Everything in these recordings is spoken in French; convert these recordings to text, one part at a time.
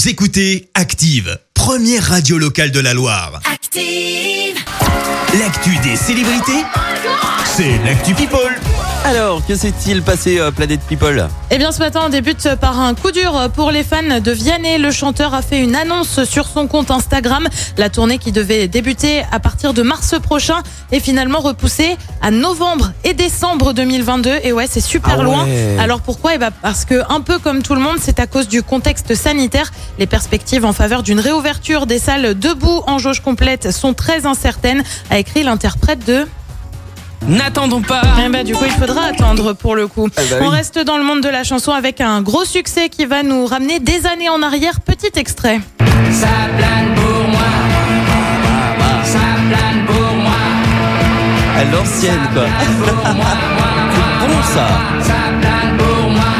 Vous écoutez Active, première radio locale de la Loire. Active. L'actu des célébrités, c'est l'actu People. Alors, que s'est-il passé, Planète People ? Eh bien, ce matin, on débute par un coup dur pour les fans de Vianney. Le chanteur a fait une annonce sur son compte Instagram. La tournée qui devait débuter à partir de mars prochain est finalement repoussée à novembre et décembre 2022. Et ouais, c'est super loin. Alors pourquoi ? Eh ben, parce que, un peu comme tout le monde, c'est à cause du contexte sanitaire. Les perspectives en faveur d'une réouverture des salles debout en jauge complète sont très incertaines, a écrit l'interprète de... N'attendons pas. Du coup, il faudra attendre pour le coup. oui. On reste dans le monde de la chanson avec un gros succès qui va nous ramener des années en arrière. Petit extrait. Ça plane pour moi. Ça plane pour moi. À l'ancienne, quoi. C'est bon, ça. Ça plane pour moi.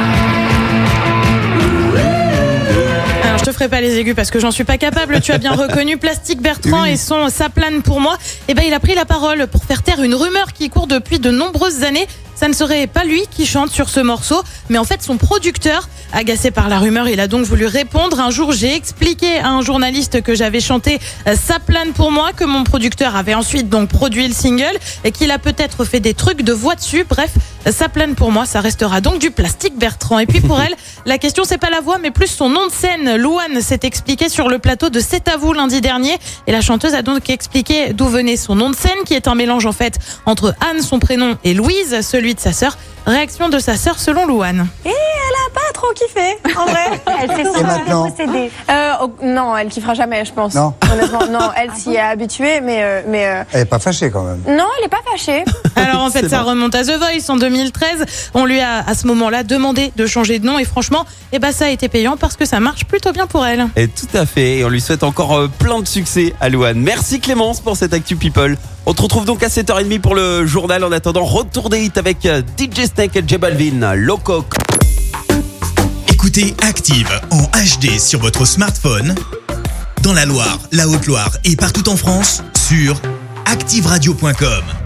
Alors, je te ferai pas les aigus parce que j'en suis pas capable. Tu as bien reconnu Plastique Bertrand et son Ça plane pour moi. Eh ben, il a pris la parole pour faire taire une rumeur qui court depuis de nombreuses années. Ça ne serait pas lui qui chante sur ce morceau, mais en fait son producteur. Agacé par la rumeur, il a donc voulu répondre. Un jour, j'ai expliqué à un journaliste que j'avais chanté Ça plane pour moi, que mon producteur avait ensuite donc produit le single et qu'il a peut-être fait des trucs de voix dessus. Bref, Ça plane pour moi, ça restera donc du Plastique Bertrand. Et puis pour elle, la question c'est pas la voix, mais plus son nom de scène. Louane s'est expliquée sur le plateau de C'est à vous lundi dernier et la chanteuse a donc expliqué d'où venait son nom de scène, qui est un mélange en fait entre Anne, son prénom, et Louise, celui de sa sœur. Réaction de sa sœur selon Louane. Et elle a pas trop kiffé, en vrai. Elle s'est sentie possédée. Non, elle kiffera jamais, je pense. Non. Honnêtement, non, elle s'y est habituée, mais Elle est pas fâchée quand même. non, elle est pas fâchée. Alors en fait, C'est ça marrant. remonte à The Voice en 2013. On lui a à ce moment-là demandé de changer de nom et franchement, ça a été payant parce que ça marche plutôt bien pour elle. Et tout à fait. Et on lui souhaite encore plein de succès à Louane. Merci Clémence pour cette Actu People. On te retrouve donc à 7h30 pour le journal. En attendant, retour des hits avec DJ Snake et J Balvin, Loco. Écoutez Active en HD sur votre smartphone, dans la Loire, la Haute-Loire et partout en France, sur activeradio.com.